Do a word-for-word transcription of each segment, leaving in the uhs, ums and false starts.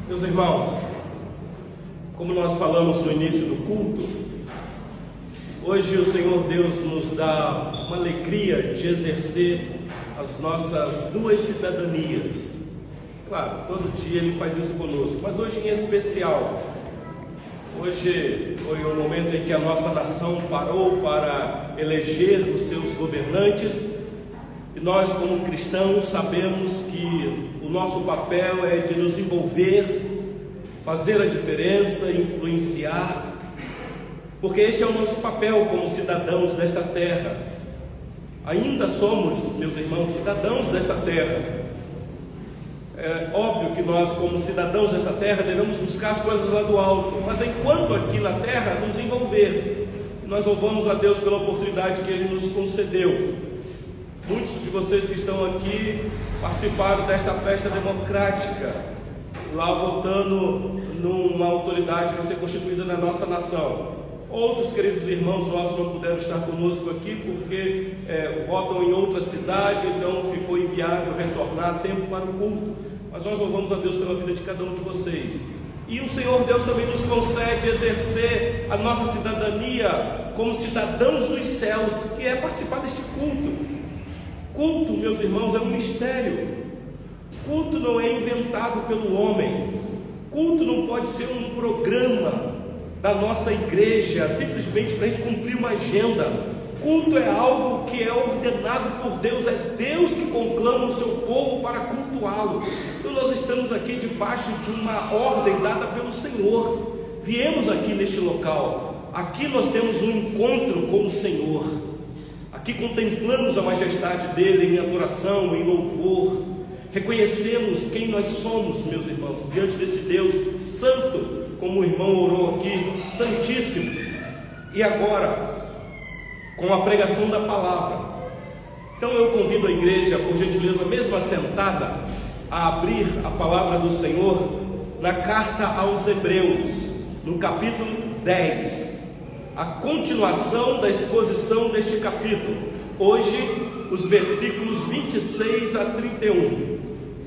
Meus irmãos, como nós falamos no início do culto, hoje o Senhor Deus nos dá uma alegria de exercer as nossas duas cidadanias. Claro, todo dia Ele faz isso conosco, mas hoje em especial. Hoje foi o momento em que a nossa nação parou para eleger os seus governantes, e nós, como cristãos, sabemos que o nosso papel é de nos envolver, fazer a diferença, influenciar, porque este é o nosso papel como cidadãos desta terra. Ainda somos, meus irmãos, cidadãos desta terra. É óbvio que nós, como cidadãos dessa terra, devemos buscar as coisas lá do alto, mas enquanto aqui na terra, nos envolver. Nós louvamos a Deus pela oportunidade que Ele nos concedeu. Muitos de vocês que estão aqui participaram desta festa democrática, lá votando numa autoridade para ser constituída na nossa nação. Outros queridos irmãos nossos não puderam estar conosco aqui porque é, votam em outra cidade, então ficou inviável retornar a tempo para o culto. Mas nós louvamos a Deus pela vida de cada um de vocês. E o Senhor Deus também nos concede exercer a nossa cidadania como cidadãos dos céus, que é participar deste culto. Culto, meus irmãos, é um mistério. Culto não é inventado pelo homem. Culto não pode ser um programa da nossa igreja, simplesmente para a gente cumprir uma agenda. Culto é algo que é ordenado por Deus, é Deus que conclama o seu povo para cultuá-lo. Então nós estamos aqui debaixo de uma ordem dada pelo Senhor. Viemos aqui neste local, aqui nós temos um encontro com o Senhor. Aqui contemplamos a majestade dele em adoração, em louvor. Reconhecemos quem nós somos, meus irmãos, diante desse Deus santo, como o irmão orou aqui, santíssimo. E agora, com a pregação da palavra. Então eu convido a igreja, por gentileza, mesmo assentada, a abrir a palavra do Senhor na carta aos Hebreus, no capítulo dez. A continuação da exposição deste capítulo. Hoje, os versículos vinte e seis a trinta e um.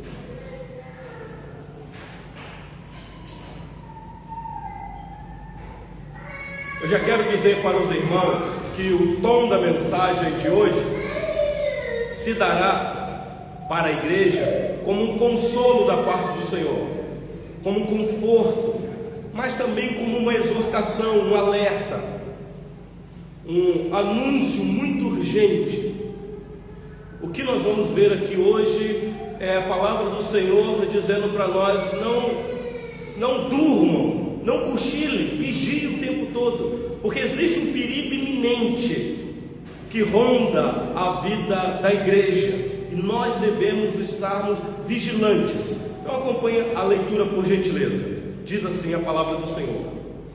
Eu já quero dizer para os irmãos que o tom da mensagem de hoje se dará para a igreja como um consolo da parte do Senhor, como um conforto, mas também como uma exortação, um alerta, um anúncio muito urgente. O que nós vamos ver aqui hoje é a palavra do Senhor dizendo para nós: não, não durmam, não cochilem, vigiem o tempo todo, porque existe um perigo iminente que ronda a vida da igreja, e nós devemos estarmos vigilantes. Então acompanhe a leitura, por gentileza. Diz assim a palavra do Senhor: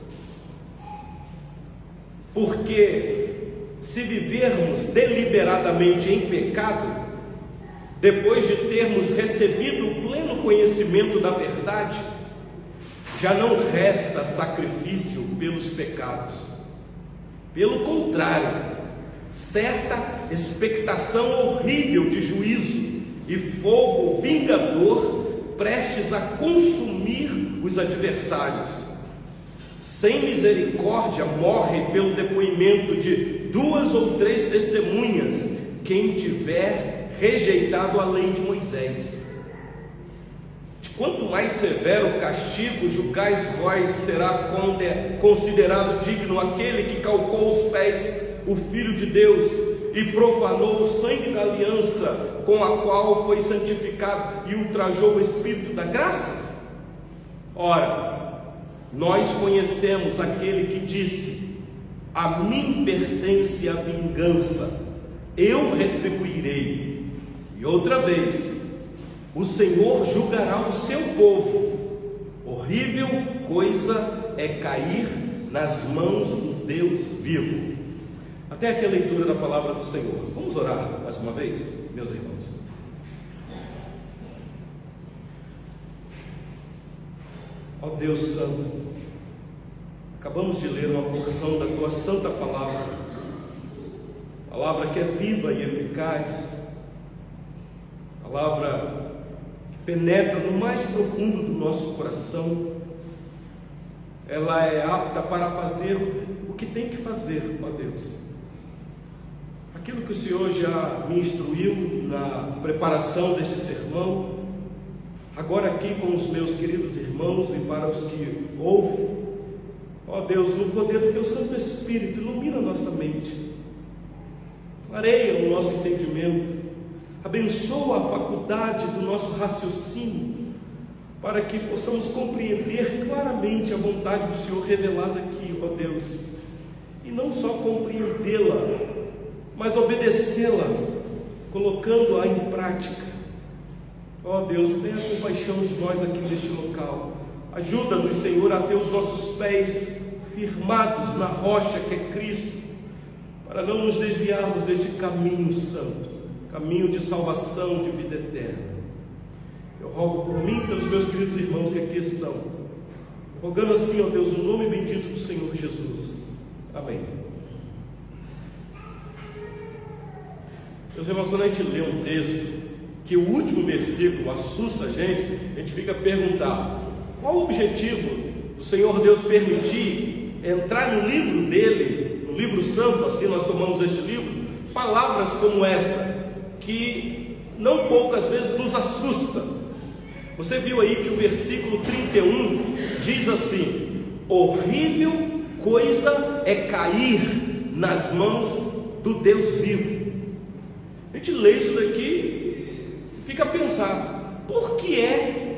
porque se vivermos deliberadamente em pecado, depois de termos recebido o pleno conhecimento da verdade, já não resta sacrifício pelos pecados. Pelo contrário, certa expectação horrível de juízo e fogo vingador prestes a consumir os adversários. Sem misericórdia morre pelo depoimento de duas ou três testemunhas quem tiver rejeitado a lei de Moisés. De quanto mais severo castigo julgais vós, será considerado digno aquele que calcou os pés, o Filho de Deus, e profanou o sangue da aliança com a qual foi santificado e ultrajou o Espírito da graça? Ora, nós conhecemos aquele que disse: a mim pertence a vingança, eu retribuirei. E outra vez, o Senhor julgará o seu povo. Horrível coisa é cair nas mãos do Deus vivo. Até aqui a leitura da palavra do Senhor. Vamos orar mais uma vez, meus irmãos. Ó Deus Santo, acabamos de ler uma porção da Tua Santa Palavra, palavra que é viva e eficaz, palavra penetra no mais profundo do nosso coração. Ela é apta para fazer o que tem que fazer, ó Deus. Aquilo que o Senhor já me instruiu na preparação deste sermão, agora aqui com os meus queridos irmãos e para os que ouvem, ó Deus, no poder do Teu Santo Espírito, ilumina a nossa mente, clareia o nosso entendimento, abençoa a faculdade do nosso raciocínio, para que possamos compreender claramente a vontade do Senhor revelada aqui, ó Deus, e não só compreendê-la, mas obedecê-la, colocando-a em prática. Ó Deus, tenha compaixão de nós aqui neste local. Ajuda-nos, Senhor, a ter os nossos pés firmados na rocha que é Cristo, para não nos desviarmos deste caminho santo, caminho de salvação, de vida eterna. Eu rogo por mim e pelos meus queridos irmãos que aqui estão, rogando assim, ó Deus, o nome bendito do Senhor Jesus. Amém. Meus irmãos, quando a gente lê um texto, que o último versículo assusta a gente, a gente fica a perguntar, qual o objetivo do Senhor Deus permitir entrar no livro dele, no livro santo, assim nós tomamos este livro, palavras como esta, que não poucas vezes nos assusta. Você viu aí que o versículo trinta e um diz assim: horrível coisa é cair nas mãos do Deus vivo. A gente lê isso daqui e fica a pensar, por que é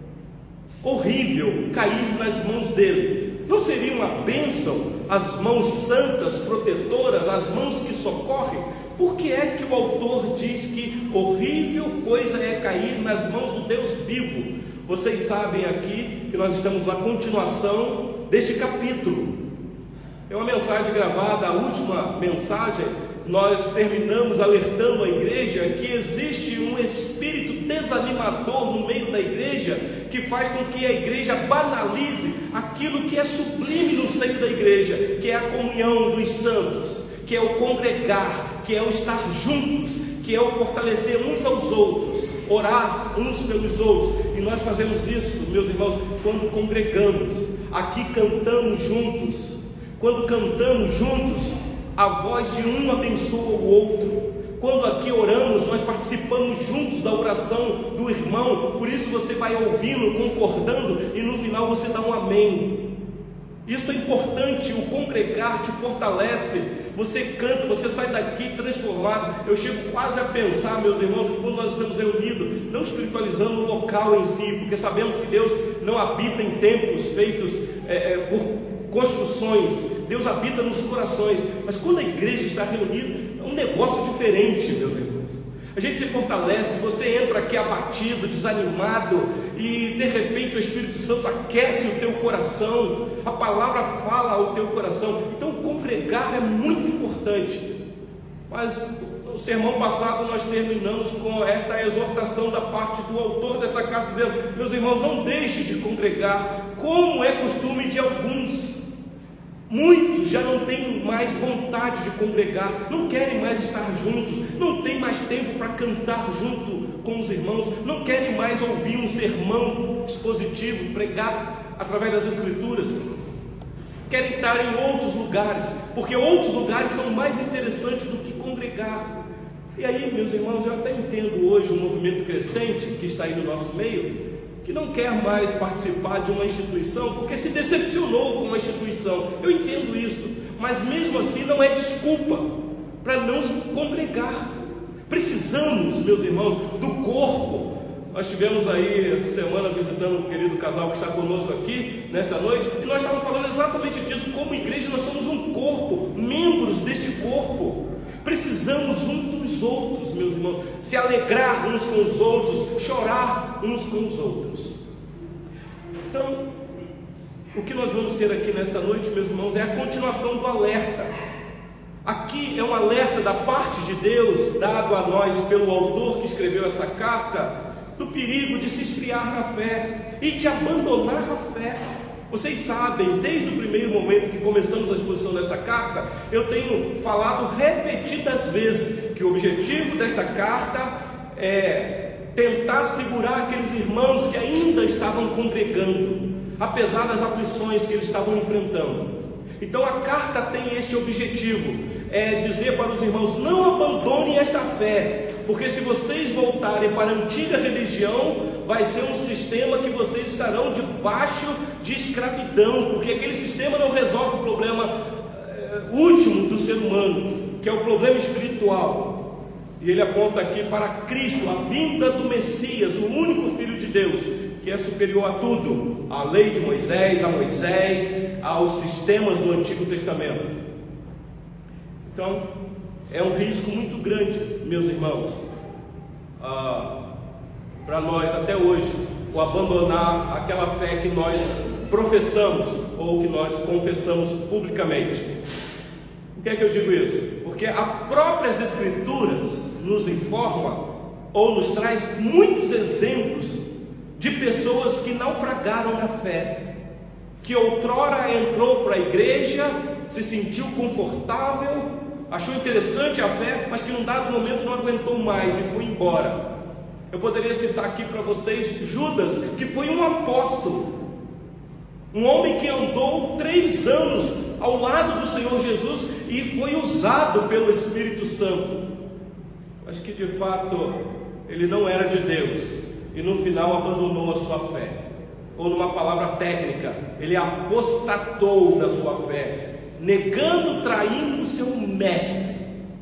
horrível cair nas mãos dele? Não seria uma bênção as mãos santas, protetoras, as mãos que socorrem? Por que é que o autor diz que horrível coisa é cair nas mãos do Deus vivo? Vocês sabem aqui que nós estamos na continuação deste capítulo. É uma mensagem gravada, a última mensagem, nós terminamos alertando a igreja que existe um espírito desanimador no meio da igreja, que faz com que a igreja banalize aquilo que é sublime no seio da igreja, que é a comunhão dos santos, que é o congregar, que é o estar juntos, que é o fortalecer uns aos outros, orar uns pelos outros. E nós fazemos isso, meus irmãos, quando congregamos, aqui cantamos juntos. Quando cantamos juntos, a voz de um abençoa o outro. Quando aqui oramos, nós participamos juntos da oração do irmão. Por isso você vai ouvindo, concordando, e no final você dá um amém. Isso é importante, o congregar te fortalece. Você canta, você sai daqui transformado. Eu chego quase a pensar, meus irmãos, que quando nós estamos reunidos, não espiritualizando o local em si, porque sabemos que Deus não habita em templos feitos é, é, por construções, Deus habita nos corações. Mas quando a igreja está reunida, é um negócio diferente, meus irmãos. A gente se fortalece, você entra aqui abatido, desanimado, e de repente o Espírito Santo aquece o teu coração, a palavra fala ao teu coração. Então congregar é muito importante. Mas no sermão passado nós terminamos com esta exortação da parte do autor dessa carta, dizendo: meus irmãos, não deixem de congregar, como é costume de alguns. Muitos já não têm mais vontade de congregar, não querem mais estar juntos, não tem mais tempo para cantar junto com os irmãos, não querem mais ouvir um sermão expositivo pregado através das Escrituras, querem estar em outros lugares, porque outros lugares são mais interessantes do que congregar. E aí, meus irmãos, eu até entendo hoje um movimento crescente que está aí no nosso meio, que não quer mais participar de uma instituição porque se decepcionou com uma instituição. Eu entendo isso, mas mesmo assim não é desculpa para não congregar. Precisamos, meus irmãos, do corpo. Nós tivemos aí essa semana visitando um querido casal que está conosco aqui nesta noite, e nós estávamos falando exatamente disso. Como igreja nós somos um corpo, membros deste corpo. Precisamos uns dos outros, meus irmãos, se alegrar uns com os outros, chorar uns com os outros. Então, o que nós vamos ter aqui nesta noite, meus irmãos, é a continuação do alerta. Aqui é um alerta da parte de Deus, dado a nós pelo autor que escreveu essa carta, do perigo de se esfriar na fé e de abandonar a fé. Vocês sabem, desde o primeiro momento que começamos a exposição desta carta, eu tenho falado repetidas vezes que o objetivo desta carta é tentar segurar aqueles irmãos que ainda estavam congregando, apesar das aflições que eles estavam enfrentando. Então a carta tem este objetivo, é dizer para os irmãos: não abandonem esta fé, porque se vocês voltarem para a antiga religião, vai ser um sistema que vocês estarão debaixo de escravidão, porque aquele sistema não resolve o problema é, último do ser humano, que é o problema espiritual. E ele aponta aqui para Cristo, a vinda do Messias, o único Filho de Deus, que é superior a tudo, à lei de Moisés, a Moisés, aos sistemas do Antigo Testamento. Então, é um risco muito grande, meus irmãos, ah, para nós até hoje, o abandonar aquela fé que nós professamos ou que nós confessamos publicamente. Por que é que eu digo isso? Porque as próprias Escrituras nos informa ou nos traz muitos exemplos de pessoas que naufragaram na fé, que outrora entrou para a igreja, se sentiu confortável, achou interessante a fé, mas que num dado momento não aguentou mais e foi embora. Eu poderia citar aqui para vocês Judas, que foi um apóstolo, um homem que andou três anos ao lado do Senhor Jesus e foi usado pelo Espírito Santo, mas que de fato ele não era de Deus e no final abandonou a sua fé, ou numa palavra técnica, ele apostatou da sua fé, negando, traindo o seu mestre.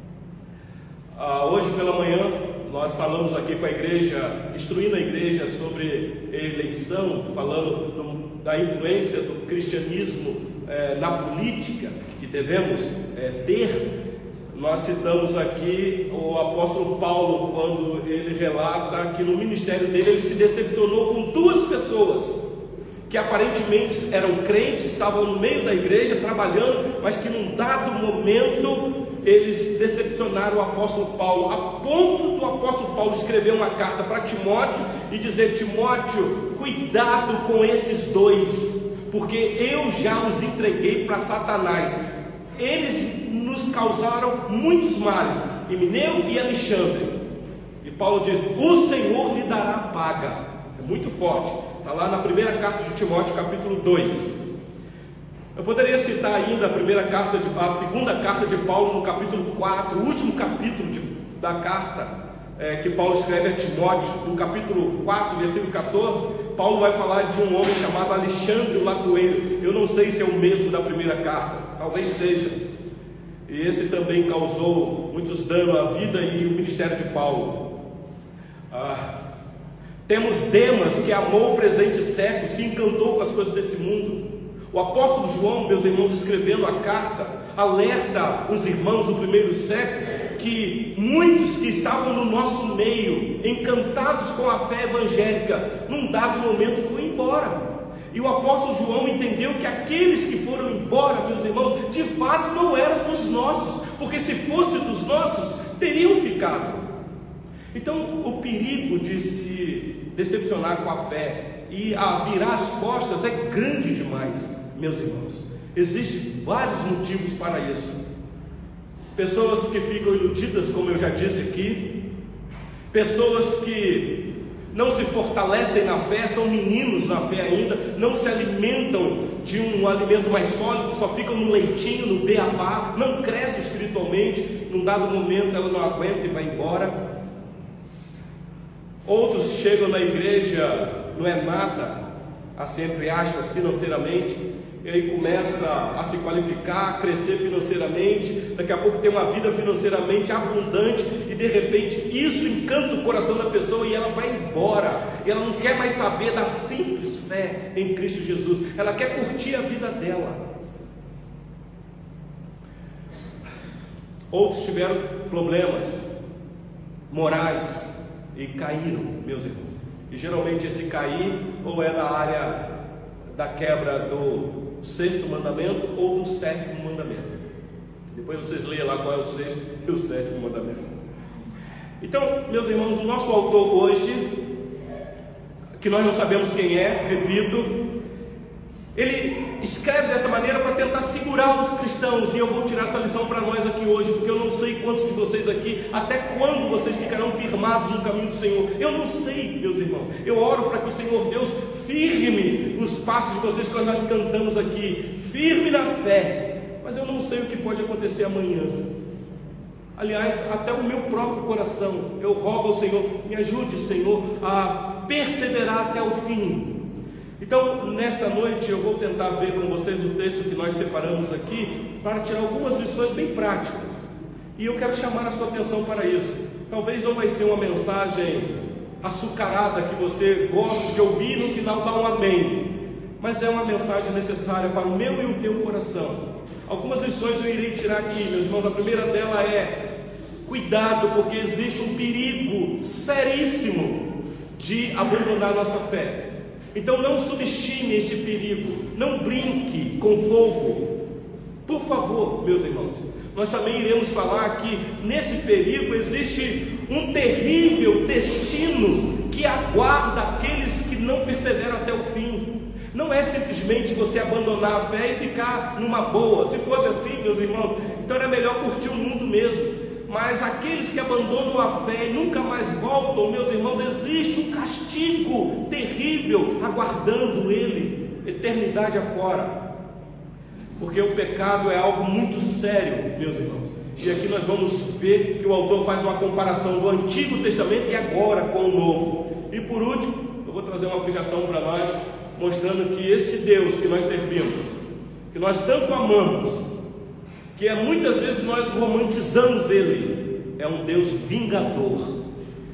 Ah, hoje pela manhã nós falamos aqui com a igreja, instruindo a igreja sobre eleição, falando do, da influência do cristianismo eh, na política que devemos eh, ter. Nós citamos aqui o apóstolo Paulo, quando ele relata que no ministério dele ele se decepcionou com duas pessoas que aparentemente eram crentes, estavam no meio da igreja trabalhando, mas que num dado momento eles decepcionaram o apóstolo Paulo, a ponto do apóstolo Paulo escrever uma carta para Timóteo e dizer: Timóteo, cuidado com esses dois, porque eu já os entreguei para Satanás. Eles nos causaram muitos males, Himeneu e Alexandre. E Paulo diz: o Senhor lhe dará paga. É muito forte, está lá na primeira carta de Timóteo, capítulo dois. Eu poderia citar ainda a primeira carta, de, a segunda carta de Paulo, no capítulo quatro, o último capítulo de, da carta é, que Paulo escreve a Timóteo, no capítulo quatro, versículo quatorze. Paulo vai falar de um homem chamado Alexandre o Latoeiro. Eu não sei se é o mesmo da primeira carta, talvez seja. E esse também causou muitos danos à vida e o ministério de Paulo. Ah, temos Demas, que amou o presente século, se encantou com as coisas desse mundo. O apóstolo João, meus irmãos, escrevendo a carta, alerta os irmãos do primeiro século que muitos que estavam no nosso meio, encantados com a fé evangélica, num dado momento foi embora. E o apóstolo João entendeu que aqueles que foram embora, meus irmãos, de fato não eram dos nossos, porque se fosse dos nossos, teriam ficado. Então o perigo de se decepcionar com a fé e a virar as costas é grande demais, meus irmãos. Existem vários motivos para isso. Pessoas que ficam iludidas, como eu já disse aqui, pessoas que não se fortalecem na fé, são meninos na fé ainda, não se alimentam de um alimento mais sólido, só ficam no leitinho, no beabá, não crescem espiritualmente, num dado momento ela não aguenta e vai embora. Outros chegam na igreja, não é nada, assim entre aspas, financeiramente, e aí começa a se qualificar, a crescer financeiramente, daqui a pouco tem uma vida financeiramente abundante, e de repente isso encanta o coração da pessoa e ela vai embora, e ela não quer mais saber da simples fé em Cristo Jesus, ela quer curtir a vida dela. Outros tiveram problemas morais e caíram, meus irmãos, e geralmente esse cair ou é na área da quebra do sexto mandamento ou do sétimo mandamento. Depois vocês leiam lá qual é o sexto e o sétimo mandamento. Então, meus irmãos, o nosso autor hoje, que nós não sabemos quem é, repito, Ele escreve dessa maneira para tentar segurar os cristãos, e eu vou tirar essa lição para nós aqui hoje, porque eu não sei quantos de vocês aqui, até quando vocês ficarão firmados no caminho do Senhor. Eu não sei, meus irmãos. Eu oro para que o Senhor Deus firme os passos de vocês quando nós cantamos aqui, firme na fé, mas eu não sei o que pode acontecer amanhã. Aliás, até o meu próprio coração, eu rogo ao Senhor, me ajude, Senhor, a perseverar até o fim. Então, nesta noite eu vou tentar ver com vocês o texto que nós separamos aqui, para tirar algumas lições bem práticas, e eu quero chamar a sua atenção para isso. Talvez não vai ser uma mensagem açucarada que você goste de ouvir e no final dá um amém, mas é uma mensagem necessária para o meu e o teu coração. Algumas lições eu irei tirar aqui, meus irmãos. A primeira dela é: cuidado, porque existe um perigo seríssimo de abandonar nossa fé. Então não subestime esse perigo, não brinque com fogo, por favor, meus irmãos. Nós também iremos falar que nesse perigo existe um terrível destino que aguarda aqueles que não perseveram até o fim. Não é simplesmente você abandonar a fé e ficar numa boa. Se fosse assim, meus irmãos, então era melhor curtir o mundo mesmo. Mas aqueles que abandonam a fé e nunca mais voltam, meus irmãos, existe um castigo terrível aguardando ele, eternidade afora. Porque o pecado é algo muito sério, meus irmãos. E aqui nós vamos ver que o autor faz uma comparação do Antigo Testamento e agora com o Novo. E por último, eu vou trazer uma aplicação para nós, mostrando que este Deus que nós servimos, que nós tanto amamos, que é, muitas vezes nós romantizamos ele, é um Deus vingador.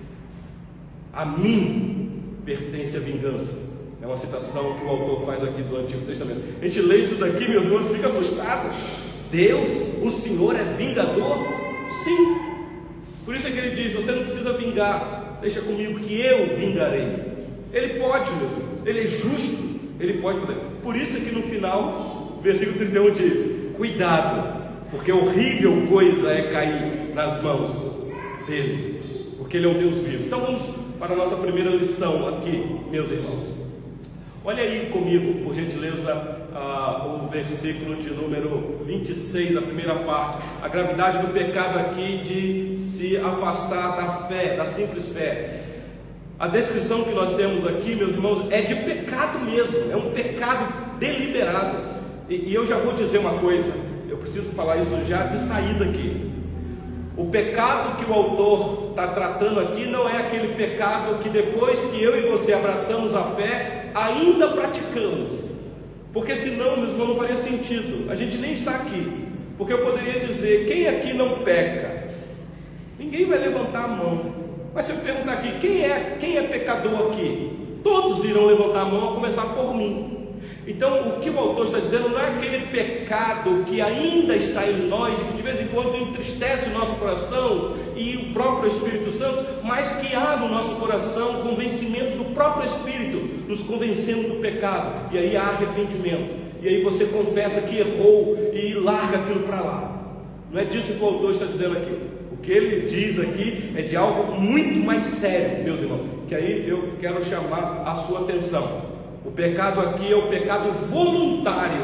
A mim pertence a vingança. É uma citação que o autor faz aqui do Antigo Testamento. A gente lê isso daqui, meus irmãos, fica assustado. Deus, o Senhor é vingador? Sim. Por isso é que ele diz: você não precisa vingar, deixa comigo que eu vingarei. Ele pode, meus irmãos, ele é justo, ele pode fazer. Por isso é que no final, versículo trinta e um diz: cuidado, porque horrível coisa é cair nas mãos dele, porque ele é um Deus vivo. Então vamos para a nossa primeira lição aqui, meus irmãos. Olha aí comigo, por gentileza, uh, o versículo de número vinte e seis, a primeira parte. A gravidade do pecado aqui de se afastar da fé, da simples fé. A descrição que nós temos aqui, meus irmãos, é de pecado mesmo, é um pecado deliberado. E, e eu já vou dizer uma coisa, eu preciso falar isso já de saída aqui. O pecado que o autor está tratando aqui não é aquele pecado que depois que eu e você abraçamos a fé, ainda praticamos. Porque senão, meus irmãos, não faria sentido. A gente nem está aqui. Porque eu poderia dizer: quem aqui não peca? Ninguém vai levantar a mão. Mas se eu perguntar aqui: quem é, quem é pecador aqui? Todos irão levantar a mão, a começar por mim. Então, o que o autor está dizendo não é aquele pecado que ainda está em nós e que de vez em quando entristece o nosso coração e o próprio Espírito Santo, mas que há no nosso coração convencimento do próprio Espírito, nos convencendo do pecado, e aí há arrependimento, e aí você confessa que errou e larga aquilo para lá. Não é disso que o autor está dizendo aqui. O que ele diz aqui é de algo muito mais sério, meus irmãos, que aí eu quero chamar a sua atenção. O pecado aqui é o pecado voluntário,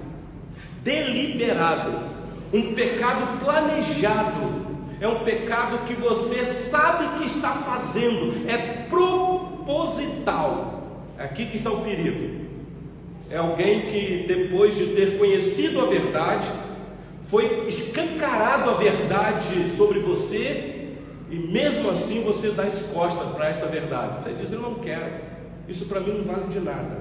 deliberado, um pecado planejado, é um pecado que você sabe que está fazendo, é proposital. É aqui que está o perigo. É alguém que, depois de ter conhecido a verdade, foi escancarado a verdade sobre você, e mesmo assim você dá as costas para esta verdade. Você diz: eu não quero. Isso para mim não vale de nada.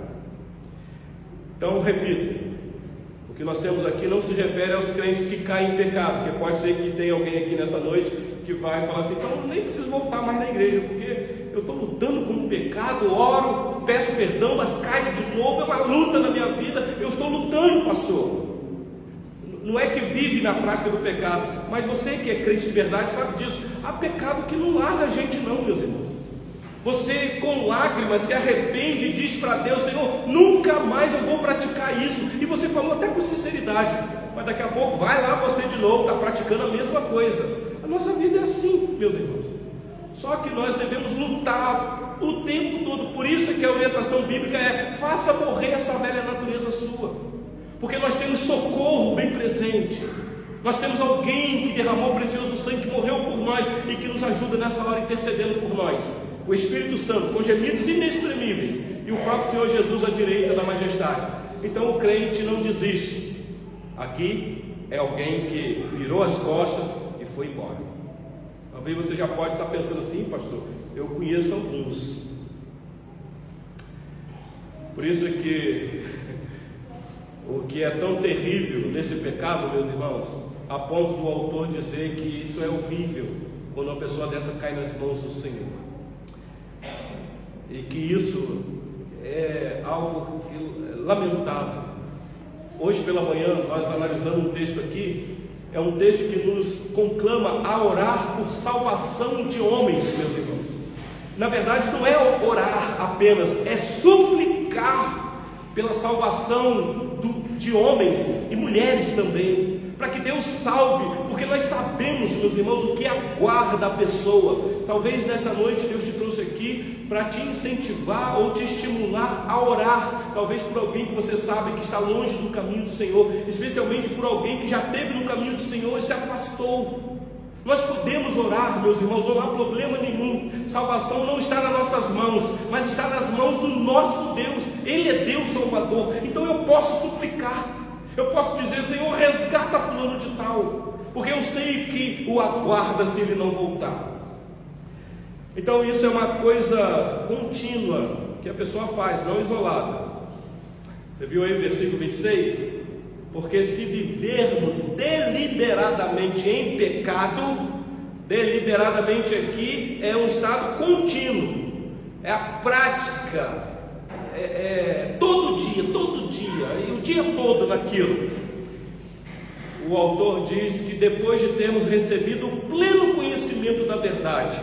Então, repito, o que nós temos aqui não se refere aos crentes que caem em pecado, porque pode ser que tenha alguém aqui nessa noite que vai falar assim: então eu nem preciso voltar mais na igreja, porque eu estou lutando com o pecado, oro, peço perdão, mas caio de novo, é uma luta na minha vida, eu estou lutando, pastor. Não é que vive na prática do pecado, mas você que é crente de verdade sabe disso. Há pecado que não larga a gente não, meus irmãos. Você com lágrimas se arrepende e diz para Deus: Senhor, nunca mais eu vou praticar isso. E você falou até com sinceridade, mas daqui a pouco vai lá você de novo, está praticando a mesma coisa. A nossa vida é assim, meus irmãos. Só que nós devemos lutar o tempo todo. Por isso é que a orientação bíblica é: faça morrer essa velha natureza sua, porque nós temos socorro bem presente. Nós temos alguém que derramou o precioso sangue, que morreu por nós e que nos ajuda nessa hora, intercedendo por nós. O Espírito Santo, com gemidos inexprimíveis, e o próprio Senhor Jesus à direita da majestade. Então o crente não desiste. Aqui é alguém que virou as costas e foi embora. Talvez você já pode estar pensando assim: pastor, eu conheço alguns. Por isso é que o que é tão terrível nesse pecado, meus irmãos, a ponto do autor dizer que isso é horrível quando uma pessoa dessa cai nas mãos do Senhor, e que isso é algo lamentável. Hoje pela manhã nós analisamos um texto aqui, é um texto que nos conclama a orar por salvação de homens, meus irmãos. Na verdade não é orar apenas, é suplicar pela salvação do, de homens e mulheres também, para que Deus salve, porque nós sabemos, meus irmãos, o que aguarda a pessoa. Talvez nesta noite Deus te trouxe aqui para te incentivar ou te estimular a orar, talvez por alguém que você sabe que está longe do caminho do Senhor, especialmente por alguém que já esteve no caminho do Senhor e se afastou. Nós podemos orar, meus irmãos, não há problema nenhum. Salvação não está nas nossas mãos, mas está nas mãos do nosso Deus. Ele é Deus Salvador. Então eu posso suplicar, eu posso dizer: Senhor, resgata fulano de tal, porque eu sei que o aguarda se ele não voltar. Então isso é uma coisa contínua que a pessoa faz, não isolada. Você viu aí o versículo vinte e seis? Porque se vivermos deliberadamente em pecado, deliberadamente aqui é um estado contínuo, é a prática, é, é todo dia, todo dia, e o dia todo naquilo. O autor diz que depois de termos recebido o pleno conhecimento da verdade,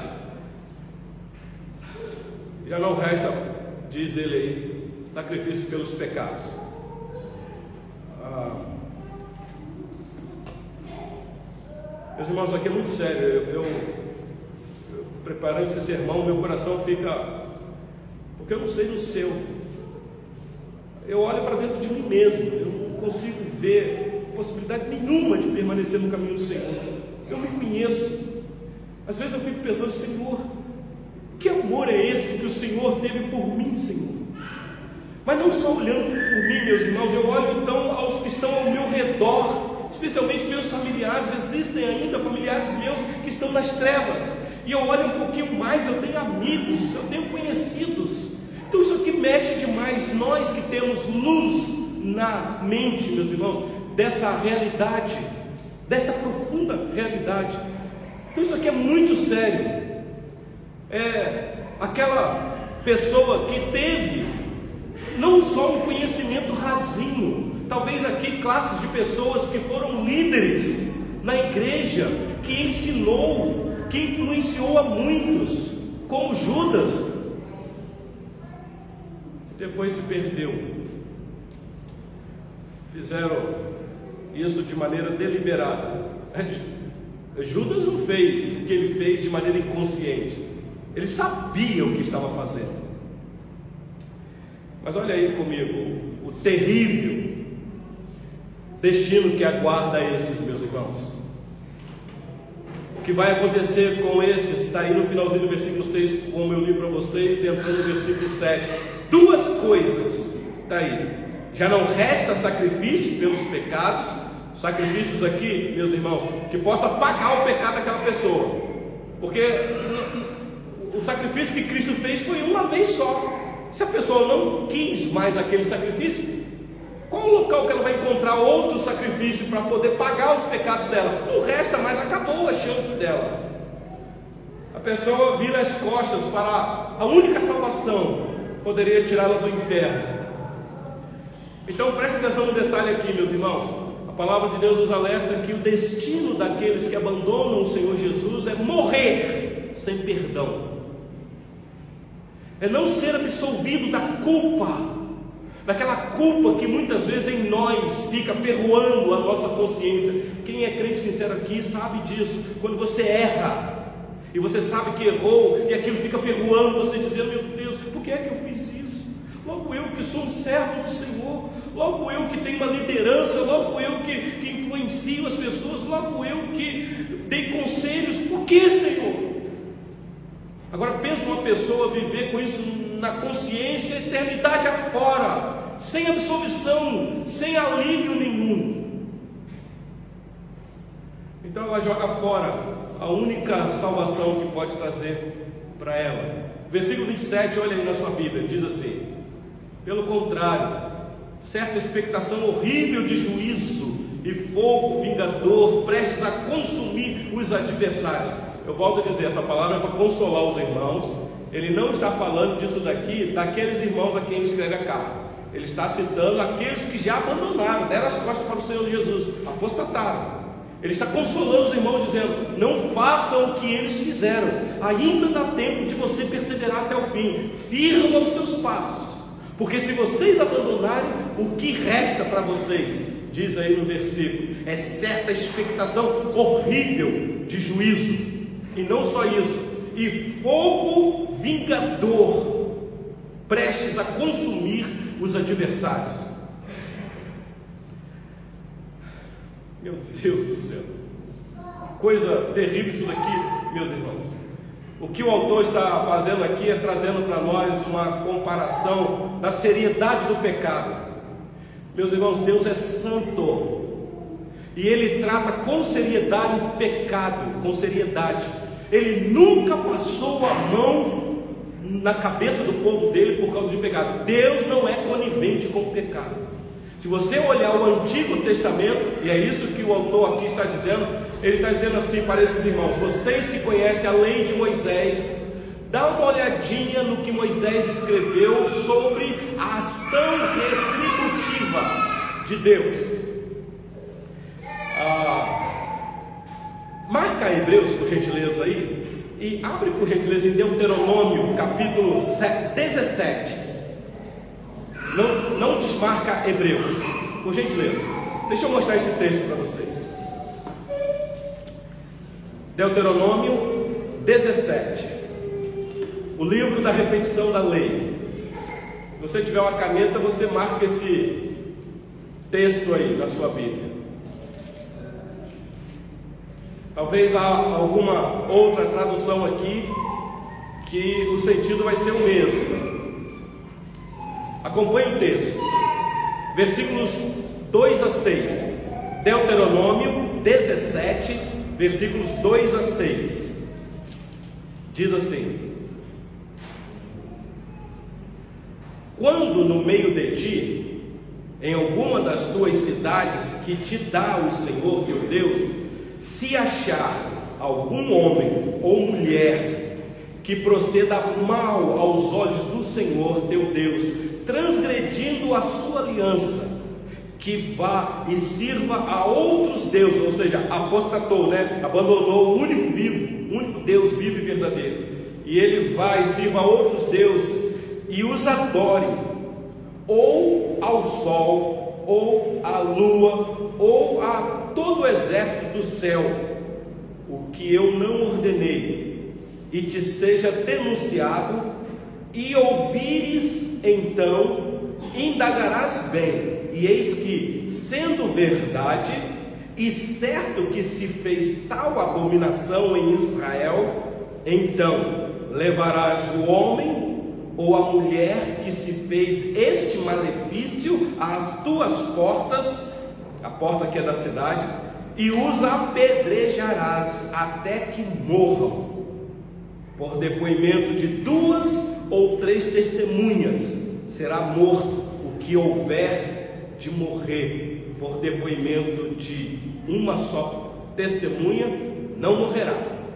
já não resta, diz ele aí, sacrifício pelos pecados. Ah, meus irmãos, aqui é muito sério. Eu, eu, eu preparando esse sermão, meu coração fica, porque eu não sei no seu. Eu olho para dentro de mim mesmo, eu não consigo ver possibilidade nenhuma de permanecer no caminho do Senhor. Eu me conheço. Às vezes eu fico pensando: Senhor, que amor é esse que o Senhor teve por mim, Senhor? Mas não só olhando por mim, meus irmãos, eu olho então aos que estão ao meu redor, especialmente meus familiares. Existem ainda familiares meus que estão nas trevas, e eu olho um pouquinho mais, eu tenho amigos, eu tenho conhecidos. Então isso aqui mexe demais. Nós que temos luz na mente, meus irmãos, dessa realidade, desta profunda realidade. Então isso aqui é muito sério. É aquela pessoa que teve não só um conhecimento rasinho, talvez aqui classes de pessoas que foram líderes na igreja, que ensinou, que influenciou a muitos, como Judas, depois se perdeu. Fizeram isso de maneira deliberada. Judas não fez o que ele fez de maneira inconsciente, ele sabia o que estava fazendo. Mas olha aí comigo o terrível destino que aguarda estes, meus irmãos. O que vai acontecer com estes está aí no finalzinho do versículo seis, como eu li para vocês, e entrando no versículo sete. Duas coisas, está aí: já não resta sacrifício pelos pecados. Sacrifícios aqui, meus irmãos, que possa pagar o pecado daquela pessoa, porque o sacrifício que Cristo fez foi uma vez só. Se a pessoa não quis mais aquele sacrifício, qual o local que ela vai encontrar outro sacrifício para poder pagar os pecados dela? Não resta mais, acabou a chance dela. A pessoa vira as costas para a única salvação que poderia tirá-la do inferno. Então preste atenção no detalhe aqui, meus irmãos. A palavra de Deus nos alerta que o destino daqueles que abandonam o Senhor Jesus é morrer sem perdão, é não ser absolvido da culpa, daquela culpa que muitas vezes em nós fica ferroando a nossa consciência. Quem é crente sincero aqui sabe disso. Quando você erra, e você sabe que errou, e aquilo fica ferroando você, dizendo: meu Deus, por que é que eu fiz isso? Logo eu que sou um servo do Senhor, logo eu que tenho uma liderança, logo eu que, que influencio as pessoas, logo eu que dei conselhos, por que, Senhor? Agora pensa uma pessoa viver com isso na consciência, eternidade afora, sem absolvição, sem alívio nenhum. Então ela joga fora a única salvação que pode trazer para ela. Versículo vinte e sete, olha aí na sua Bíblia, diz assim: pelo contrário, certa expectação horrível de juízo e fogo vingador prestes a consumir os adversários. Eu volto a dizer, essa palavra é para consolar os irmãos. Ele não está falando disso daqui, daqueles irmãos a quem ele escreve a carta. Ele está citando aqueles que já abandonaram, deram as costas para o Senhor Jesus, apostataram. Ele está consolando os irmãos, dizendo: não façam o que eles fizeram, ainda dá tempo de você perseverar até o fim, firma os teus passos, porque se vocês abandonarem, o que resta para vocês, diz aí no versículo, é certa expectação horrível de juízo, e não só isso, e fogo vingador, prestes a consumir os adversários. Meu Deus do céu, coisa terrível isso daqui, meus irmãos. O que o autor está fazendo aqui é trazendo para nós uma comparação da seriedade do pecado. Meus irmãos, Deus é santo, e Ele trata com seriedade o pecado, com seriedade. Ele nunca passou a mão na cabeça do povo dele por causa de pecado. Deus não é conivente com o pecado. Se você olhar o Antigo Testamento, e é isso que o autor aqui está dizendo, ele está dizendo assim para esses irmãos: vocês que conhecem a lei de Moisés, dá uma olhadinha no que Moisés escreveu sobre a ação retributiva de Deus. Ah, marca Hebreus, por gentileza, aí, e abre por gentileza em Deuteronômio, capítulo dezessete. Não, não desmarca Hebreus, por gentileza. Deixa eu mostrar esse texto para vocês. Deuteronômio dezessete, o livro da repetição da lei. Se você tiver uma caneta, você marca esse texto aí na sua Bíblia. Talvez há alguma outra tradução aqui que o sentido vai ser o mesmo. Acompanhe o texto, versículos dois a seis, Deuteronômio dezessete, versículos dois a seis, diz assim: quando no meio de ti, em alguma das tuas cidades que te dá o Senhor teu Deus, se achar algum homem ou mulher que proceda mal aos olhos do Senhor teu Deus, transgredindo a sua aliança, que vá e sirva a outros deuses, ou seja, apostatou, né? Abandonou o único vivo, o único Deus vivo e verdadeiro, e ele vai e sirva a outros deuses e os adore, ou ao sol, ou à lua, ou a todo o exército do céu, o que eu não ordenei, e te seja denunciado, e ouvires, então indagarás bem, e eis que, sendo verdade e certo que se fez tal abominação em Israel, então levarás o homem ou a mulher que se fez este malefício às tuas portas, a porta que é da cidade, e os apedrejarás até que morram, por depoimento de duas ou três testemunhas será morto o que houver de morrer, por depoimento de uma só testemunha não morrerá.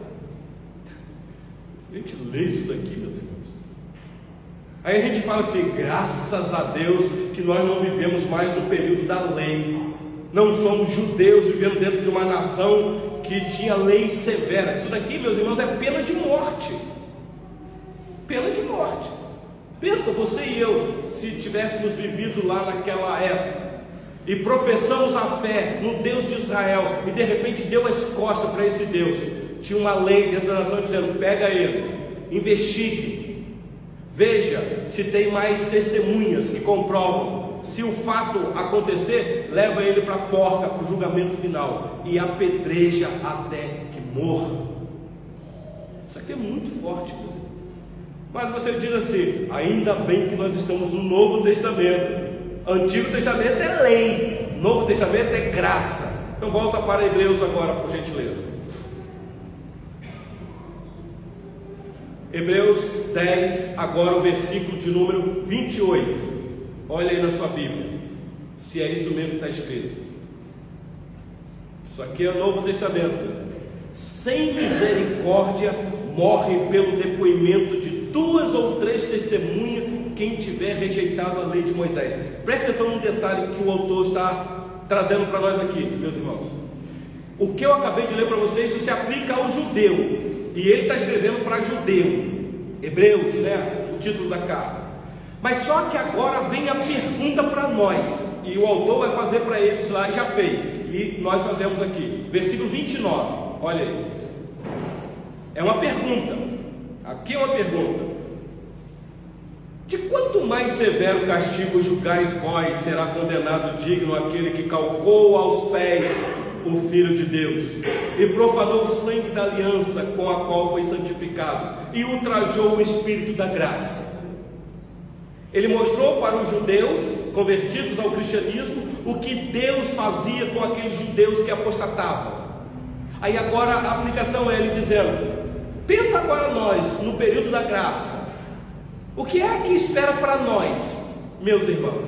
A gente lê isso daqui, meus irmãos, aí a gente fala assim: graças a Deus que nós não vivemos mais no período da lei, não somos judeus vivendo dentro de uma nação que tinha lei severa. Isso daqui, meus irmãos, é pena de morte, pena de morte. Pensa você e eu, se tivéssemos vivido lá naquela época e professamos a fé no Deus de Israel, e de repente deu as costas para esse Deus, tinha uma lei dentro da nação dizendo: pega ele, investigue, veja se tem mais testemunhas que comprovam. Se o fato acontecer, leva ele para a porta, para o julgamento final, e apedreja até que morra. Isso aqui é muito forte, meus irmãos. Mas você diz assim: ainda bem que nós estamos no Novo Testamento. Antigo Testamento é lei, Novo Testamento é graça. Então volta para Hebreus agora, por gentileza. Hebreus dez, agora o versículo de número vinte e oito. Olha aí na sua Bíblia, se é isso mesmo que está escrito. Isso aqui é o Novo Testamento. Sem misericórdia morre pelo depoimento de duas ou três testemunhas quem tiver rejeitado a lei de Moisés. Preste atenção num detalhe que o autor está trazendo para nós aqui, meus irmãos. O que eu acabei de ler para vocês, isso se aplica ao judeu, e ele está escrevendo para judeu, Hebreus, né? O título da carta. Mas só que agora vem a pergunta para nós, e o autor vai fazer para eles lá, e já fez, e nós fazemos aqui, versículo vinte e nove, olha aí. É uma pergunta, aqui é uma pergunta: de quanto mais severo castigo julgais vós, será condenado digno aquele que calcou aos pés o Filho de Deus, e profanou o sangue da aliança com a qual foi santificado, e ultrajou o Espírito da graça. Ele mostrou para os judeus convertidos ao cristianismo o que Deus fazia com aqueles judeus que apostatavam. Aí agora a aplicação é ele dizendo: pensa agora nós, no período da graça, o que é que espera para nós, meus irmãos?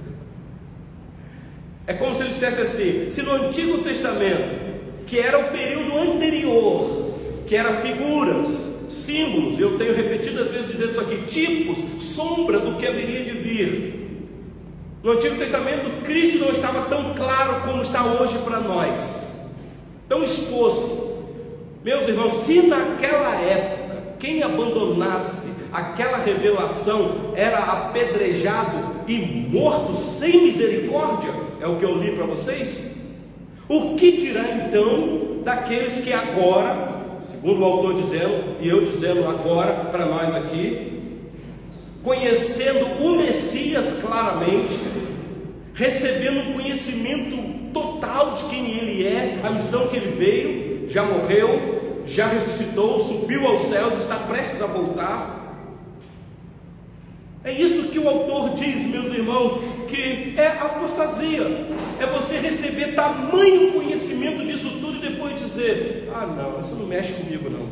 É como se ele dissesse assim: se no Antigo Testamento, que era o período anterior, que era figuras, símbolos, eu tenho repetidas vezes dizendo isso aqui, tipos, sombra do que haveria de vir. No Antigo Testamento, Cristo não estava tão claro como está hoje para nós, tão exposto. Meus irmãos, se naquela época quem abandonasse aquela revelação era apedrejado e morto sem misericórdia, é o que eu li para vocês, o que dirá então daqueles que agora, segundo o autor dizendo, e eu dizendo agora para nós aqui, conhecendo o Messias claramente, recebendo um conhecimento total de quem ele é, a missão que ele veio, já morreu, já ressuscitou, subiu aos céus, está prestes a voltar. É isso que o autor diz, meus irmãos, que é apostasia, é você receber tamanho conhecimento disso tudo e depois dizer: ah não, isso não mexe comigo não.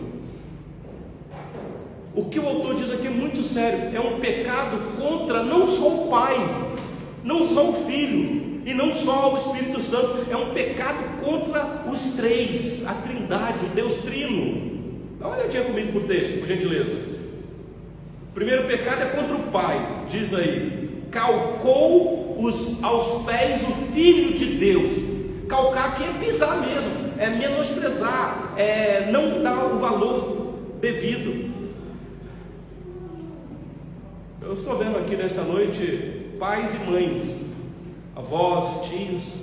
O que o autor diz aqui é muito sério, é um pecado contra não só o Pai, não só o Filho e não só o Espírito Santo, é um pecado contra os três, a Trindade, o Deus Trino. Dá uma olhadinha comigo por texto, por gentileza. O primeiro pecado é contra o Pai, diz aí: calcou os, aos pés o Filho de Deus. Calcar aqui é pisar mesmo, é menosprezar, é não dar o valor devido. Eu estou vendo aqui nesta noite pais e mães, avós, tios.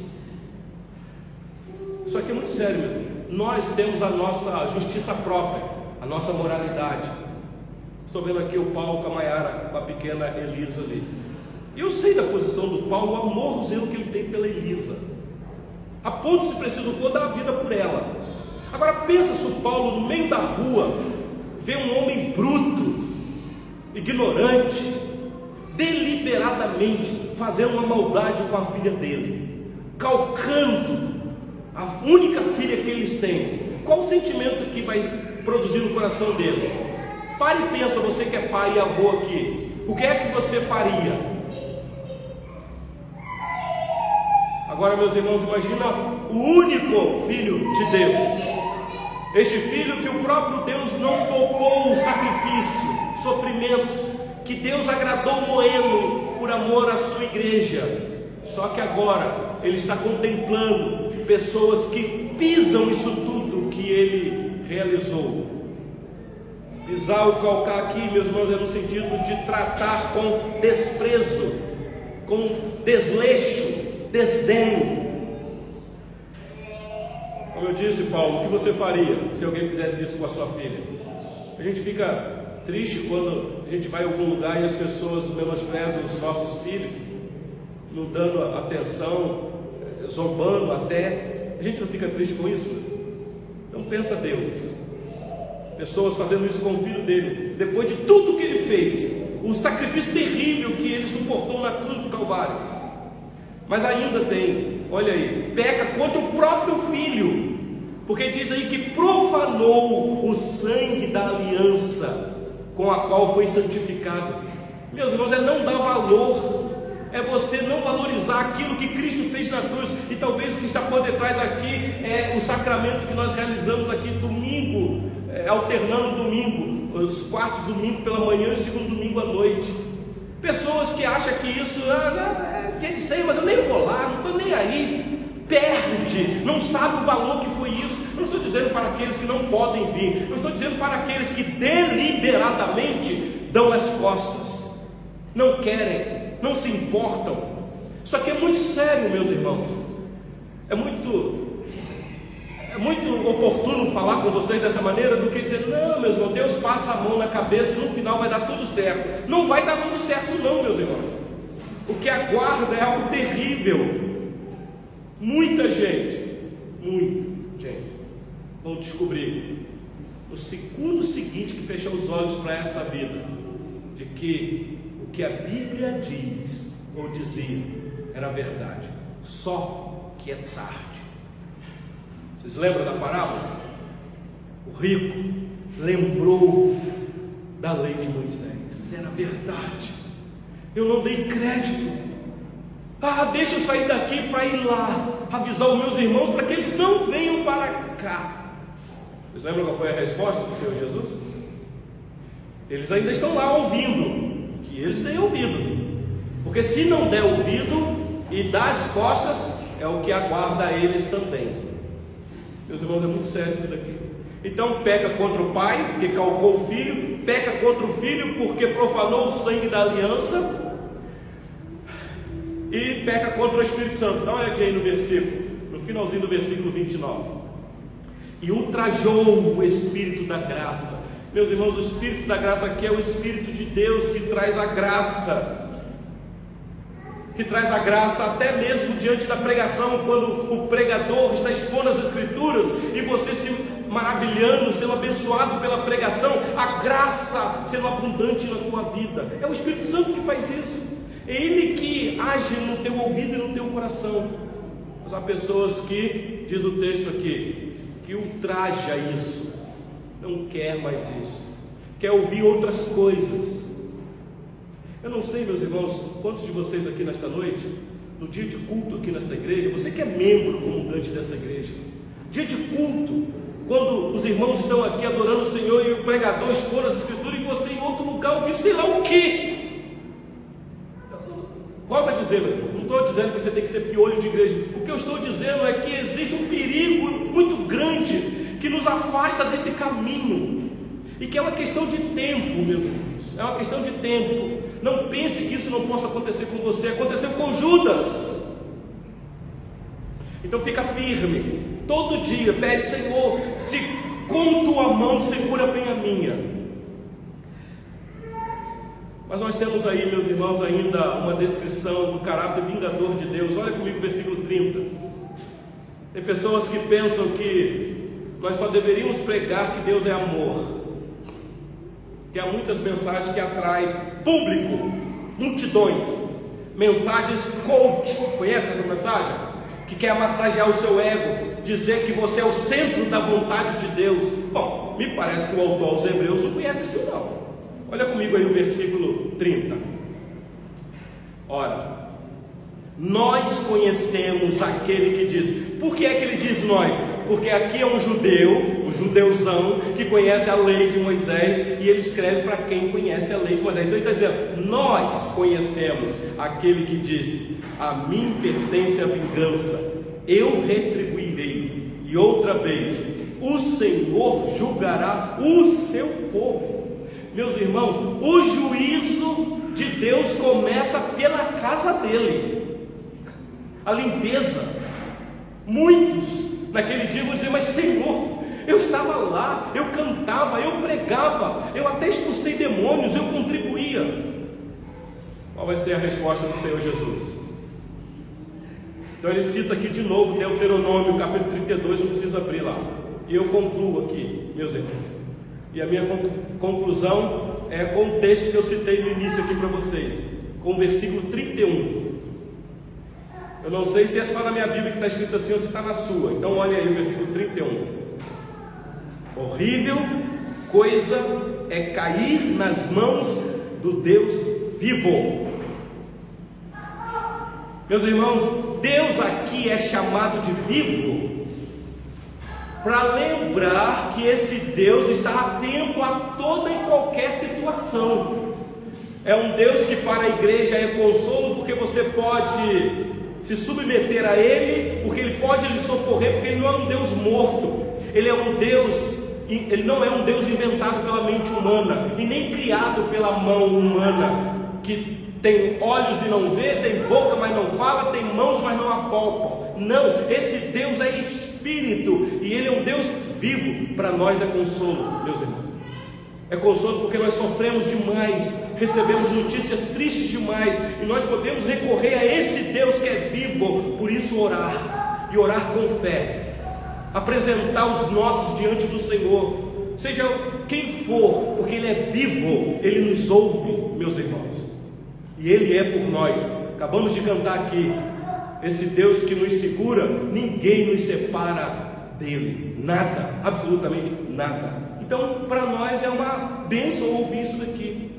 Isso aqui é muito sério mesmo. Nós temos a nossa justiça própria, a nossa moralidade. Estou vendo aqui o Paulo com a Maiara, com a pequena Elisa ali. E eu sei da posição do Paulo, o amor, o zelo que ele tem pela Elisa, a ponto, se preciso for, dar a vida por ela. Agora pensa se o Paulo, no meio da rua, vê um homem bruto, ignorante, deliberadamente fazendo uma maldade com a filha dele, calcando a única filha que eles têm. Qual o sentimento que vai produzir no coração dele? Pare e pensa, você que é pai e avô aqui, o que é que você faria? Agora, meus irmãos, imagina o único Filho de Deus, este Filho que o próprio Deus não poupou o sacrifício, sofrimentos, que Deus agradou moê-lo por amor à sua igreja. Só que agora ele está contemplando pessoas que pisam isso tudo que ele realizou. Pisar ou calcar aqui, meus irmãos, é no sentido de tratar com desprezo, com desleixo, desdém. Como eu disse, Paulo, o que você faria se alguém fizesse isso com a sua filha? A gente fica triste quando a gente vai a algum lugar e as pessoas menosprezam os nossos filhos, não dando atenção, zombando até. A gente não fica triste com isso? Então pensa Deus, pessoas fazendo isso com o filho dele, depois de tudo que ele fez, o sacrifício terrível que ele suportou na cruz do Calvário. Mas ainda tem, olha aí, peca contra o próprio filho, porque diz aí que profanou o sangue da aliança com a qual foi santificado. Meus irmãos, é não dar valor, é você não valorizar aquilo que Cristo fez na cruz. E talvez o que está por detrás aqui é o sacramento que nós realizamos aqui domingo, é, alternando domingo, os quartos domingo pela manhã e o segundo domingo à noite. Pessoas que acham que isso ah, é dia de ceia, mas eu nem vou lá, não estou nem aí. Perde, não sabe o valor que foi isso. Não estou dizendo para aqueles que não podem vir, não estou dizendo para aqueles que deliberadamente dão as costas, não querem, não se importam. Isso aqui é muito sério, meus irmãos. É muito é muito oportuno falar com vocês dessa maneira do que dizer, não, meus irmãos, Deus passa a mão na cabeça e no final vai dar tudo certo. Não vai dar tudo certo não, meus irmãos. O que aguarda é algo terrível. Muita gente, muita gente vão descobrir no segundo seguinte que fechar os olhos para esta vida, de que o que a Bíblia diz ou dizia era verdade, só que é tarde. Vocês lembram da parábola? O rico lembrou da lei de Moisés, era verdade, eu não dei crédito. Ah, deixa eu sair daqui para ir lá avisar os meus irmãos para que eles não venham para cá. Vocês lembram qual foi a resposta do Senhor Jesus? Eles ainda estão lá ouvindo, que eles têm ouvido, porque se não der ouvido e dar as costas, é o que aguarda eles também. Meus irmãos, é muito sério isso daqui. Então peca contra o pai, porque calcou o filho, peca contra o filho, porque profanou o sangue da aliança, e peca contra o Espírito Santo. Dá uma olhadinha aí no versículo, no finalzinho do versículo vinte e nove. E ultrajou o Espírito da graça. Meus irmãos, o Espírito da graça aqui é o Espírito de Deus que traz a graça, que traz a graça até mesmo diante da pregação, quando o pregador está expondo as Escrituras e você se maravilhando, sendo abençoado pela pregação, a graça sendo abundante na tua vida. É o Espírito Santo que faz isso. É Ele que age no teu ouvido e no teu coração. Mas há pessoas que, diz o texto aqui, que ultraja isso, não quer mais isso, quer ouvir outras coisas. Eu não sei, meus irmãos, quantos de vocês aqui nesta noite, no dia de culto aqui nesta igreja, você que é membro comungante dessa igreja, dia de culto, quando os irmãos estão aqui adorando o Senhor e o pregador expor as Escrituras e você em outro lugar ouvindo sei lá o que. Volto a dizer, meu irmão, não estou dizendo que você tem que ser piolho de igreja. O que eu estou dizendo é que existe um perigo muito grande que nos afasta desse caminho, e que é uma questão de tempo, meus irmãos. É uma questão de tempo. Não pense que isso não possa acontecer com você. Aconteceu com Judas. Então fica firme. Todo dia pede, Senhor, se com tua mão segura bem a minha. Mas nós temos aí, meus irmãos, ainda uma descrição do caráter vingador de Deus. Olha comigo o versículo trinta. Tem pessoas que pensam que nós só deveríamos pregar que Deus é amor, que há muitas mensagens que atraem público, multidões, mensagens coach. Conhece essa mensagem? Que quer massagear o seu ego, dizer que você é o centro da vontade de Deus. Bom, me parece que o autor aos Hebreus não conhece isso não. Olha comigo aí o versículo trinta. Ora, nós conhecemos aquele que diz. Por que é que ele diz nós? Porque aqui é um judeu, um judeuzão, que conhece a lei de Moisés, e ele escreve para quem conhece a lei de Moisés. Então ele está dizendo, nós conhecemos aquele que disse, a mim pertence a vingança, eu retribuirei. E outra vez, o Senhor julgará o seu povo. Meus irmãos, o juízo de Deus começa pela casa dele. A limpeza. Muitos Naquele dia eu vou dizer: mas Senhor, eu estava lá, eu cantava, eu pregava, eu até expulsei demônios, eu contribuía. Qual vai ser a resposta do Senhor Jesus? Então ele cita aqui de novo Deuteronômio capítulo trinta e dois, não precisa abrir lá. E eu concluo aqui, meus irmãos. E a minha conclusão é com o texto que eu citei no início aqui para vocês, com o versículo trinta e um. Eu não sei se é só na minha Bíblia que está escrito assim ou se está na sua. Então olha aí o versículo trinta e um. Horrível coisa é cair nas mãos do Deus vivo. Meus irmãos, Deus aqui é chamado de vivo para lembrar que esse Deus está atento a toda e qualquer situação. É um Deus que para a igreja é consolo, porque você pode se submeter a Ele, porque Ele pode lhe socorrer, porque Ele não é um Deus morto. Ele é um Deus, Ele não é um Deus inventado pela mente humana, e nem criado pela mão humana, que tem olhos e não vê, tem boca mas não fala, tem mãos mas não apalpam. Não, esse Deus é Espírito, e Ele é um Deus vivo. Para nós é consolo, meus irmãos. É consolo porque nós sofremos demais, recebemos notícias tristes demais, e nós podemos recorrer a esse Deus que é vivo. Por isso orar, e orar com fé, apresentar os nossos diante do Senhor, seja quem for, porque Ele é vivo, Ele nos ouve, meus irmãos, e Ele é por nós. Acabamos de cantar aqui, esse Deus que nos segura, ninguém nos separa dele, nada, absolutamente nada. Então para nós é uma bênção ouvir isso daqui,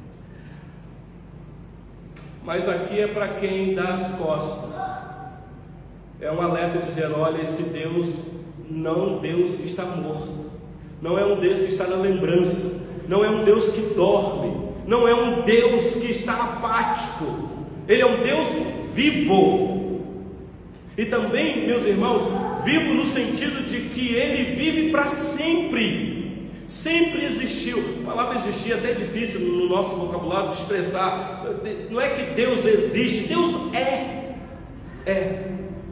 mas aqui é para quem dá as costas, é um alerta dizendo: olha, esse Deus não é um Deus que está morto, não é um Deus que está na lembrança, não é um Deus que dorme, não é um Deus que está apático. Ele é um Deus vivo. E também, meus irmãos, vivo no sentido de que Ele vive para sempre. Sempre existiu. A palavra existir é até difícil no nosso vocabulário de expressar. Não é que Deus existe, Deus é. É.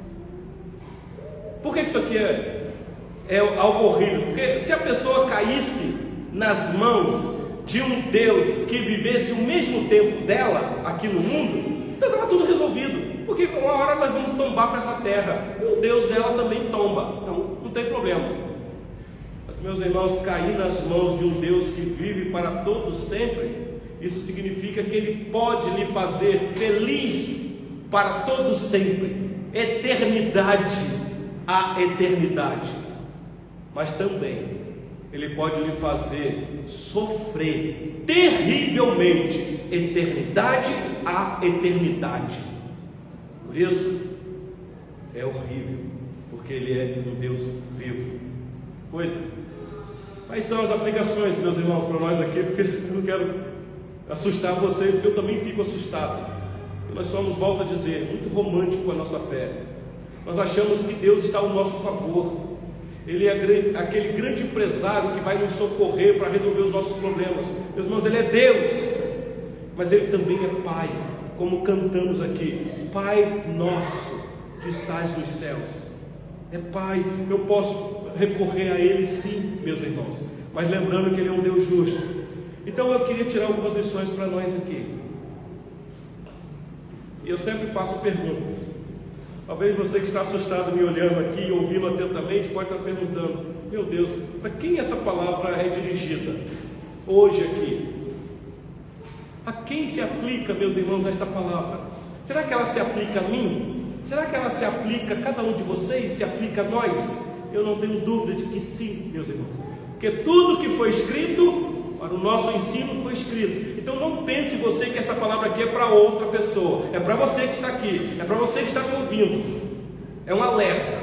Por que isso aqui é, é algo horrível? Porque se a pessoa caísse nas mãos de um Deus que vivesse o mesmo tempo dela aqui no mundo, então estava tudo resolvido. Porque uma hora nós vamos tombar para essa terra, e o Deus dela também tomba, então não tem problema. Mas, meus irmãos, cair nas mãos de um Deus que vive para todos sempre, isso significa que Ele pode lhe fazer feliz para todos sempre, eternidade a eternidade. Mas também Ele pode lhe fazer sofrer terrivelmente, eternidade a eternidade. Por isso é horrível, porque Ele é um Deus vivo. Pois é. Quais são as aplicações, meus irmãos, para nós aqui? Porque eu não quero assustar vocês, porque eu também fico assustado. E nós somos, volto a dizer, muito romântico a nossa fé. Nós achamos que Deus está ao nosso favor. Ele é aquele grande empresário que vai nos socorrer para resolver os nossos problemas. Meus irmãos, Ele é Deus, mas Ele também é Pai, como cantamos aqui: Pai nosso que estás nos céus. É Pai, eu posso recorrer a Ele sim, meus irmãos, mas lembrando que Ele é um Deus justo. Então eu queria tirar algumas lições para nós aqui. Eu sempre faço perguntas. Talvez você que está assustado me olhando aqui, ouvindo atentamente, pode estar perguntando: meu Deus, para quem essa palavra é dirigida hoje aqui? A quem se aplica, meus irmãos, esta palavra? Será que ela se aplica a mim? Será que ela se aplica a cada um de vocês? Se aplica a nós? Eu não tenho dúvida de que sim, meus irmãos, porque tudo que foi escrito para o nosso ensino foi escrito. Então não pense você que esta palavra aqui é para outra pessoa, é para você que está aqui, é para você que está me ouvindo, é um alerta.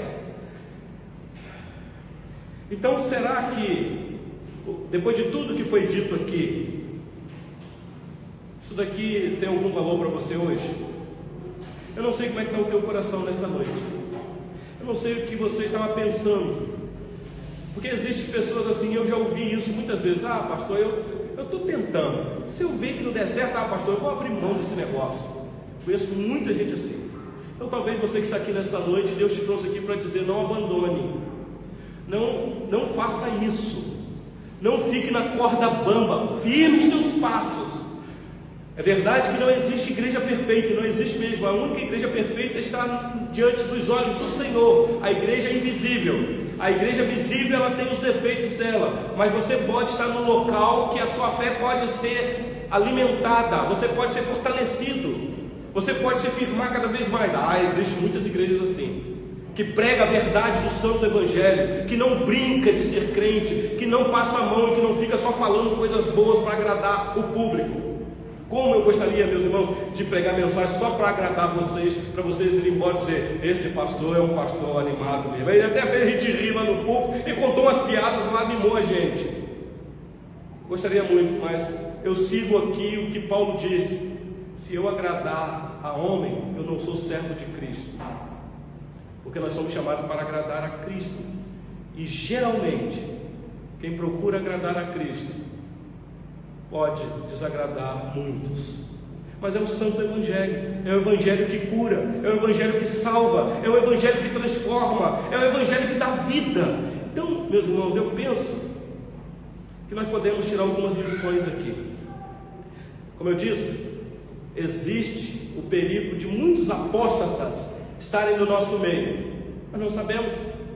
Então será que, depois de tudo que foi dito aqui, isso daqui tem algum valor para você hoje? Eu não sei como é que está o teu coração nesta noite, eu não sei o que você estava pensando, porque existem pessoas assim, eu já ouvi isso muitas vezes: ah, pastor, eu estou tentando, se eu ver que não der certo, ah, pastor, eu vou abrir mão desse negócio. Conheço muita gente assim, Então talvez você que está aqui nessa noite, Deus te trouxe aqui para dizer: não abandone, não, não faça isso, não fique na corda bamba, firme os teus passos. É verdade que não existe igreja perfeita, não existe mesmo. A única igreja perfeita está diante dos olhos do Senhor. A igreja é invisível. A igreja visível, ela tem os defeitos dela, mas você pode estar num local que a sua fé pode ser alimentada, você pode ser fortalecido, você pode se firmar cada vez mais. Ah, existem muitas igrejas assim, que prega a verdade do santo evangelho, que não brinca de ser crente, que não passa a mão e que não fica só falando coisas boas para agradar o público. Como eu gostaria, meus irmãos, de pregar mensagem só para agradar vocês, para vocês irem embora e dizer: esse pastor é um pastor animado mesmo. Ele até fez a gente rir lá no púlpito e contou umas piadas lá, animou a gente. Gostaria muito, mas eu sigo aqui o que Paulo disse: se eu agradar a homem, eu não sou servo de Cristo, porque nós somos chamados para agradar a Cristo. E geralmente, quem procura agradar a Cristo pode desagradar muitos, mas é o santo evangelho, é o evangelho que cura, é o evangelho que salva, é o evangelho que transforma, é o evangelho que dá vida. Então, meus irmãos, eu penso que nós podemos tirar algumas lições aqui. Como eu disse, existe o perigo de muitos apóstatas estarem no nosso meio, mas não sabemos.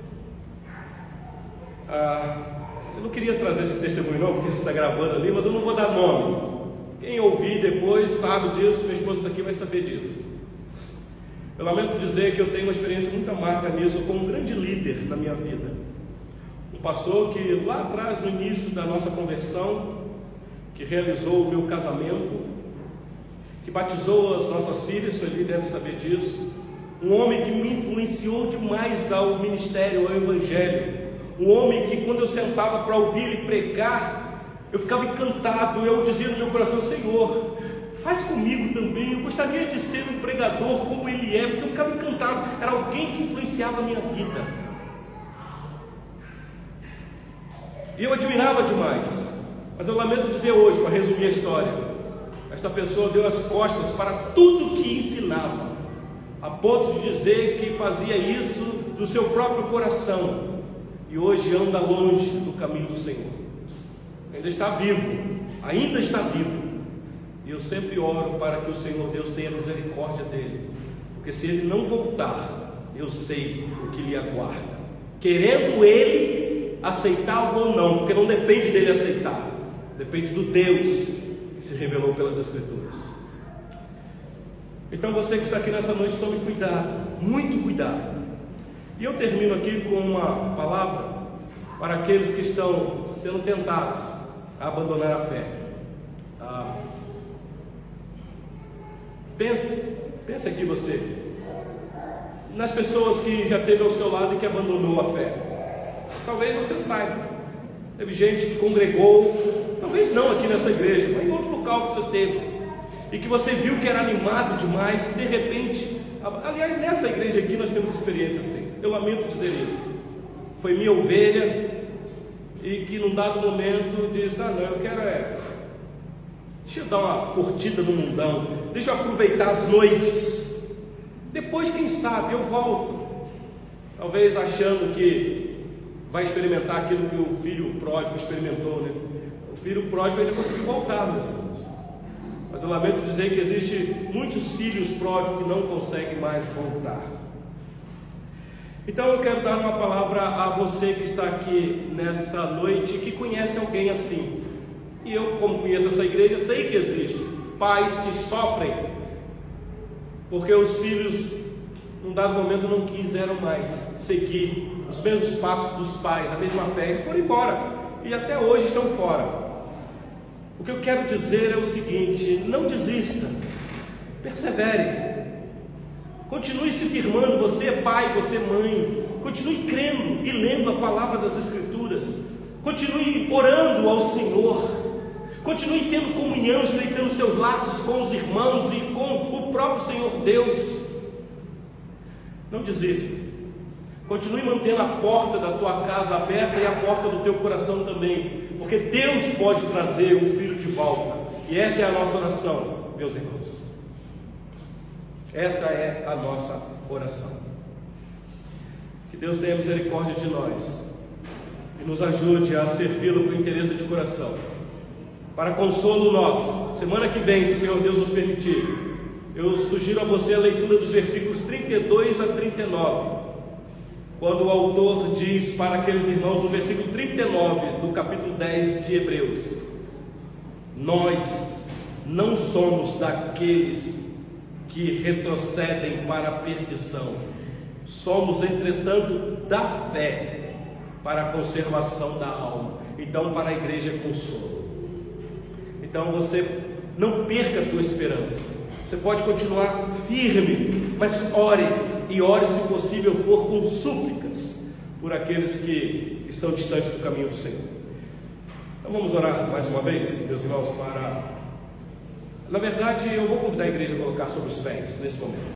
ah, Eu não queria trazer esse testemunho não, porque você está gravando ali, mas eu não vou dar nome. Quem ouvir depois sabe disso, minha esposa daqui vai saber disso. Eu lamento dizer que eu tenho uma experiência muito amarga nisso, como um grande líder na minha vida. Um pastor que lá atrás, no início da nossa conversão, que realizou o meu casamento, que batizou as nossas filhas, o Sueli deve saber disso. Um homem que me influenciou demais ao ministério, ao evangelho. Um homem que, quando eu sentava para ouvir ele pregar, eu ficava encantado. Eu dizia no meu coração: Senhor, faz comigo também, eu gostaria de ser um pregador como ele é, porque eu ficava encantado. Era alguém que influenciava a minha vida, e eu admirava demais. Mas eu lamento dizer hoje, para resumir a história, esta pessoa deu as costas para tudo que ensinava, a ponto de dizer que fazia isso do seu próprio coração, e hoje anda longe do caminho do Senhor. Ainda está vivo, ainda está vivo, e eu sempre oro para que o Senhor Deus tenha misericórdia dele, porque se ele não voltar, eu sei o que lhe aguarda, querendo ele aceitar ou não, porque não depende dele aceitar, depende do Deus que se revelou pelas Escrituras. Então você que está aqui nessa noite, tome cuidado, muito cuidado. E eu termino aqui com uma palavra para aqueles que estão sendo tentados a abandonar a fé. Ah, pense, pense aqui você, nas pessoas que já teve ao seu lado e que abandonou a fé. Talvez você saiba, teve gente que congregou, talvez não aqui nessa igreja, mas em outro local que você teve, e que você viu que era animado demais, de repente, aliás, nessa igreja aqui nós temos experiência assim, eu lamento dizer isso, foi minha ovelha, e que num dado momento disse: ah não, eu quero é, deixa eu dar uma curtida no mundão, deixa eu aproveitar as noites, depois quem sabe eu volto, talvez achando que vai experimentar aquilo que o filho pródigo experimentou, né? O filho pródigo ainda conseguiu voltar, meus irmãos, mas eu lamento dizer que existe muitos filhos pródigos que não conseguem mais voltar. Então eu quero dar uma palavra a você que está aqui nesta noite, que conhece alguém assim. E eu, como conheço essa igreja, sei que existe pais que sofrem porque os filhos, num dado momento, não quiseram mais seguir os mesmos passos dos pais, a mesma fé, e foram embora, e até hoje estão fora. O que eu quero dizer é o seguinte: não desista, persevere, continue se firmando, você é pai, você é mãe, continue crendo e lendo a palavra das Escrituras, continue orando ao Senhor, continue tendo comunhão, estreitando os teus laços com os irmãos e com o próprio Senhor Deus. Não desista, continue mantendo a porta da tua casa aberta e a porta do teu coração também, porque Deus pode trazer o filho de volta, e esta é a nossa oração, meus irmãos. Esta é a nossa oração. Que Deus tenha misericórdia de nós e nos ajude a servi-lo com interesse de coração. Para consolo nosso, semana que vem, se o Senhor Deus nos permitir, eu sugiro a você a leitura dos versículos trinta e dois a trinta e nove, quando o autor diz para aqueles irmãos, no versículo trinta e nove do capítulo dez de Hebreus: nós não somos daqueles que retrocedem para a perdição, somos, entretanto, da fé para a conservação da alma. Então, para a igreja é consolo. Então você não perca a tua esperança. Você pode continuar firme, mas ore, e ore, se possível for, com súplicas por aqueles que estão distantes do caminho do Senhor. Então vamos orar mais uma vez, meus irmãos, para... Na verdade, eu vou convidar a igreja a colocar sobre os pés nesse momento.